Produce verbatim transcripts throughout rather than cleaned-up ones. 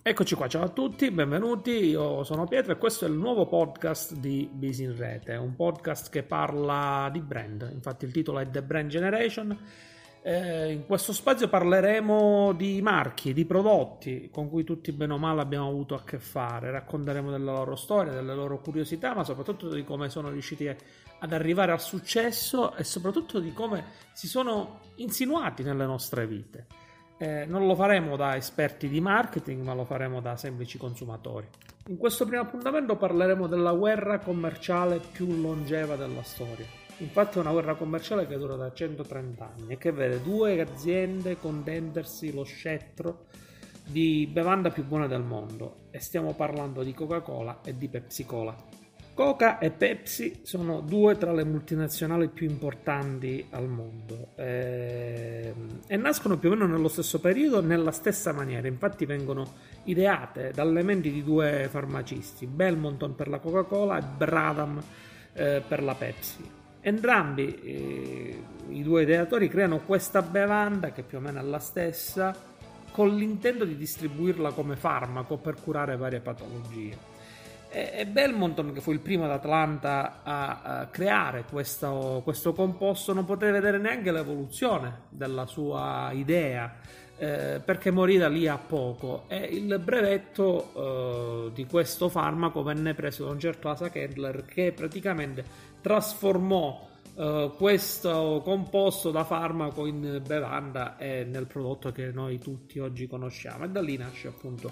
Eccoci qua, ciao a tutti, benvenuti, io sono Pietro e questo è il nuovo podcast di Biz in Rete, un podcast che parla di brand, infatti il titolo è The Brand Generation. Eh, in questo spazio parleremo di marchi, di prodotti con cui tutti bene o male abbiamo avuto a che fare, racconteremo della loro storia, delle loro curiosità, ma soprattutto di come sono riusciti ad arrivare al successo e soprattutto di come si sono insinuati nelle nostre vite. Eh, non lo faremo da esperti di marketing, ma lo faremo da semplici consumatori. In questo primo appuntamento parleremo della guerra commerciale più longeva della storia. Infatti è una guerra commerciale che dura da centotrenta anni e che vede due aziende contendersi lo scettro di bevanda più buona del mondo. E stiamo parlando di Coca-Cola e di Pepsi Cola. Coca e Pepsi sono due tra le multinazionali più importanti al mondo e, e nascono più o meno nello stesso periodo, nella stessa maniera. Infatti vengono ideate dalle menti di due farmacisti, Belmonton per la Coca-Cola e Bradham eh, per la Pepsi. Entrambi eh, i due ideatori creano questa bevanda che più o meno è la stessa, con l'intento di distribuirla come farmaco per curare varie patologie. E Belmonton, che fu il primo ad Atlanta a, a creare questo, questo composto, non poté vedere neanche l'evoluzione della sua idea, eh, perché morì da lì a poco, e il brevetto eh, di questo farmaco venne preso da un certo Asa Kendler, che praticamente trasformò eh, questo composto da farmaco in bevanda e nel prodotto che noi tutti oggi conosciamo, e da lì nasce appunto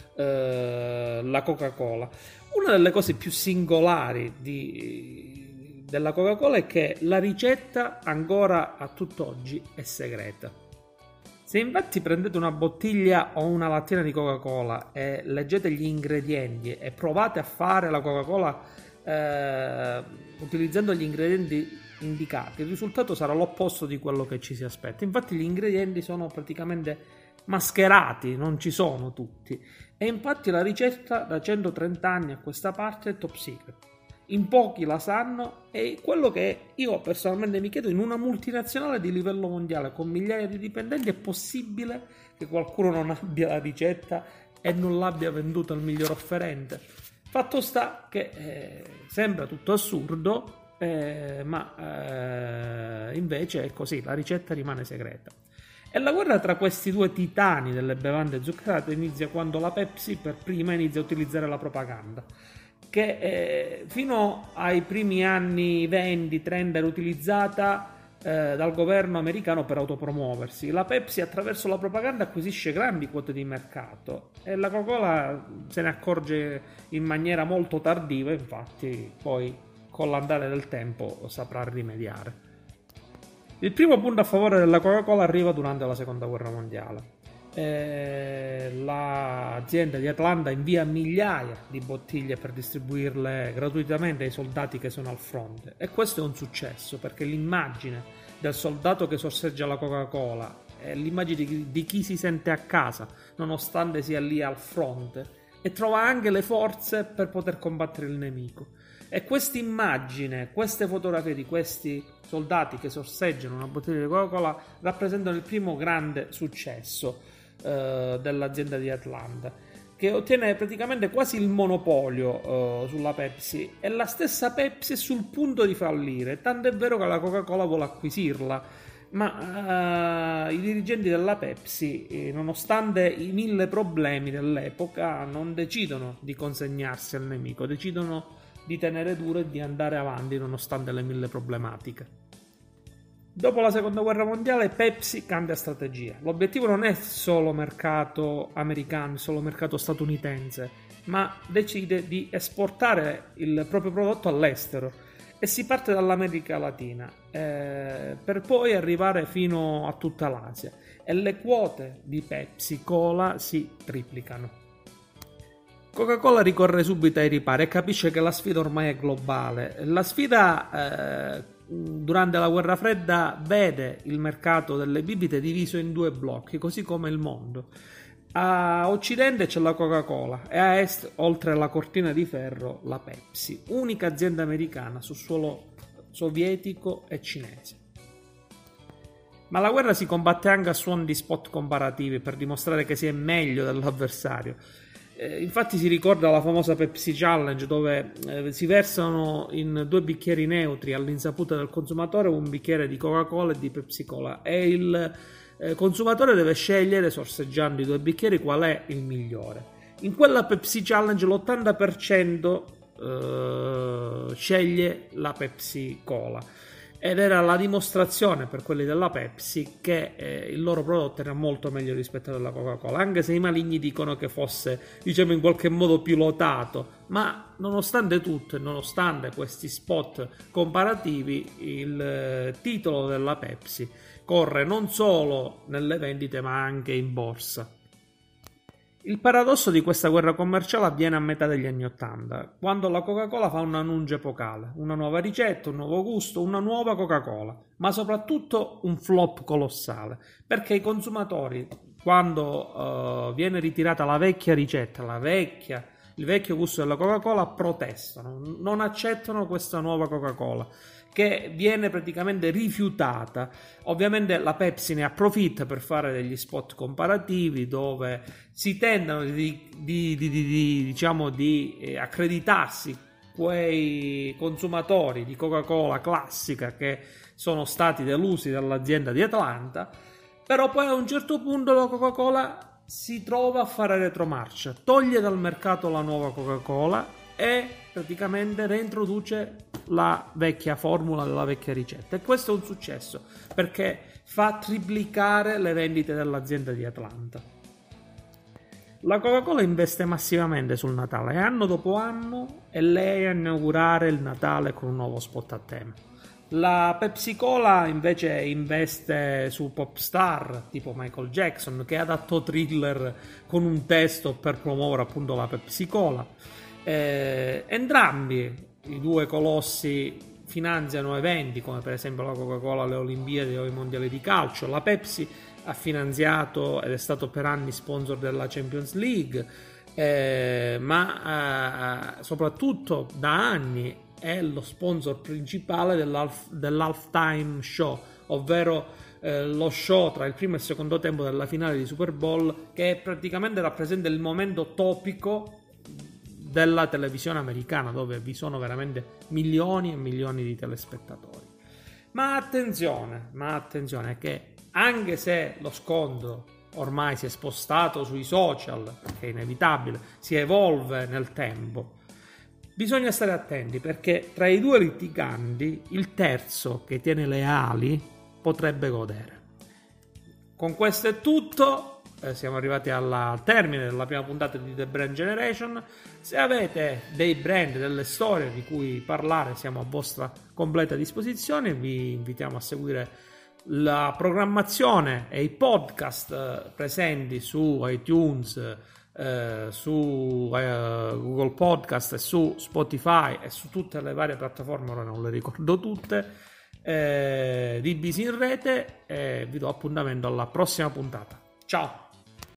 eh, la Coca-Cola. Una delle cose più singolari di, della Coca-Cola è che la ricetta ancora a tutt'oggi è segreta. Se infatti prendete una bottiglia o una lattina di Coca-Cola e leggete gli ingredienti e provate a fare la Coca-Cola eh, utilizzando gli ingredienti indicati, il risultato sarà l'opposto di quello che ci si aspetta. Infatti gli ingredienti sono praticamente mascherati, non ci sono tutti, e infatti la ricetta da centotrenta anni a questa parte è top secret. In pochi la sanno, e quello che io personalmente mi chiedo: in una multinazionale di livello mondiale con migliaia di dipendenti è possibile che qualcuno non abbia la ricetta e non l'abbia venduta al miglior offerente? Fatto sta che eh, sembra tutto assurdo, eh, ma eh, invece è così, la ricetta rimane segreta. E la guerra tra questi due titani delle bevande zuccherate inizia quando la Pepsi per prima inizia a utilizzare la propaganda, che eh, fino ai primi anni venti trenta era utilizzata eh, dal governo americano per autopromuoversi. La Pepsi attraverso la propaganda acquisisce grandi quote di mercato e la Coca-Cola se ne accorge in maniera molto tardiva, infatti poi con l'andare del tempo saprà rimediare. Il primo punto a favore della Coca-Cola arriva durante la seconda guerra mondiale. Eh, l'azienda di Atlanta invia migliaia di bottiglie per distribuirle gratuitamente ai soldati che sono al fronte, e questo è un successo perché l'immagine del soldato che sorseggia la Coca-Cola è l'immagine di, di chi si sente a casa nonostante sia lì al fronte e trova anche le forze per poter combattere il nemico. E questa immagine, queste fotografie di questi soldati che sorseggiano una bottiglia di Coca-Cola rappresentano il primo grande successo eh, dell'azienda di Atlanta, che ottiene praticamente quasi il monopolio eh, sulla Pepsi, e la stessa Pepsi è sul punto di fallire, tanto è vero che la Coca-Cola vuole acquisirla, ma uh, i dirigenti della Pepsi, eh, nonostante i mille problemi dell'epoca, non decidono di consegnarsi al nemico, decidono di tenere duro e di andare avanti nonostante le mille problematiche. Dopo la seconda guerra mondiale Pepsi cambia strategia. L'obiettivo non è solo mercato americano, solo mercato statunitense, ma decide di esportare il proprio prodotto all'estero e si parte dall'America Latina eh, per poi arrivare fino a tutta l'Asia, e le quote di Pepsi Cola si triplicano. Coca-Cola ricorre subito ai ripari e capisce che la sfida ormai è globale. La sfida eh, durante la guerra fredda vede il mercato delle bibite diviso in due blocchi, così come il mondo. A occidente c'è la Coca-Cola e a est, oltre alla cortina di ferro, la Pepsi, unica azienda americana su suolo sovietico e cinese. Ma la guerra si combatte anche a suon di spot comparativi per dimostrare che si è meglio dell'avversario. Eh, infatti si ricorda la famosa Pepsi Challenge, dove eh, si versano in due bicchieri neutri all'insaputa del consumatore un bicchiere di Coca-Cola e di Pepsi Cola, e il eh, consumatore deve scegliere, sorseggiando i due bicchieri, qual è il migliore. In quella Pepsi Challenge l'ottanta per cento eh, sceglie la Pepsi Cola, ed era la dimostrazione per quelli della Pepsi che eh, il loro prodotto era molto meglio rispetto alla Coca-Cola, anche se i maligni dicono che fosse, diciamo, in qualche modo pilotato. Ma nonostante tutto e nonostante questi spot comparativi, il eh, titolo della Pepsi corre non solo nelle vendite ma anche in borsa. Il paradosso di questa guerra commerciale avviene a metà degli anni Ottanta, quando la Coca-Cola fa un annuncio epocale, una nuova ricetta, un nuovo gusto, una nuova Coca-Cola, ma soprattutto un flop colossale, perché i consumatori, quando uh, viene ritirata la vecchia ricetta, la vecchia, il vecchio gusto della Coca-Cola, protestano, non accettano questa nuova Coca-Cola, che viene praticamente rifiutata. Ovviamente la Pepsi ne approfitta per fare degli spot comparativi dove si tendono di, di, di, di, di, diciamo, di eh, accreditarsi quei consumatori di Coca-Cola classica che sono stati delusi dall'azienda di Atlanta, però poi a un certo punto la Coca-Cola si trova a fare retromarcia, toglie dal mercato la nuova Coca-Cola e praticamente reintroduce la vecchia formula della vecchia ricetta, e questo è un successo perché fa triplicare le vendite dell'azienda di Atlanta. La Coca-Cola investe massivamente sul Natale, anno dopo anno è lei a inaugurare il Natale con un nuovo spot a tema. La Pepsi Cola invece investe su pop star tipo Michael Jackson, che adattò Thriller con un testo per promuovere appunto la Pepsi Cola. Eh, entrambi i due colossi finanziano eventi come per esempio la Coca-Cola alle Olimpiadi o ai Mondiali di calcio. La Pepsi ha finanziato ed è stato per anni sponsor della Champions League, eh, ma eh, soprattutto da anni è lo sponsor principale dell'half, dell'halftime show, ovvero eh, lo show tra il primo e il secondo tempo della finale di Super Bowl, che praticamente rappresenta il momento topico della televisione americana, dove vi sono veramente milioni e milioni di telespettatori. Ma attenzione, ma attenzione che anche se lo scontro ormai si è spostato sui social, perché è inevitabile, si evolve nel tempo, bisogna stare attenti, perché tra i due litiganti il terzo, che tiene le ali, potrebbe godere. Con questo è tutto. Eh, siamo arrivati alla, al termine della prima puntata di The Brand Generation. Se avete dei brand, delle storie di cui parlare, siamo a vostra completa disposizione. Vi invitiamo a seguire la programmazione e i podcast eh, presenti su iTunes, eh, su eh, Google Podcast e su Spotify e su tutte le varie piattaforme, ora non le ricordo tutte, eh, di Bisi in Rete, e vi do appuntamento alla prossima puntata. Ciao!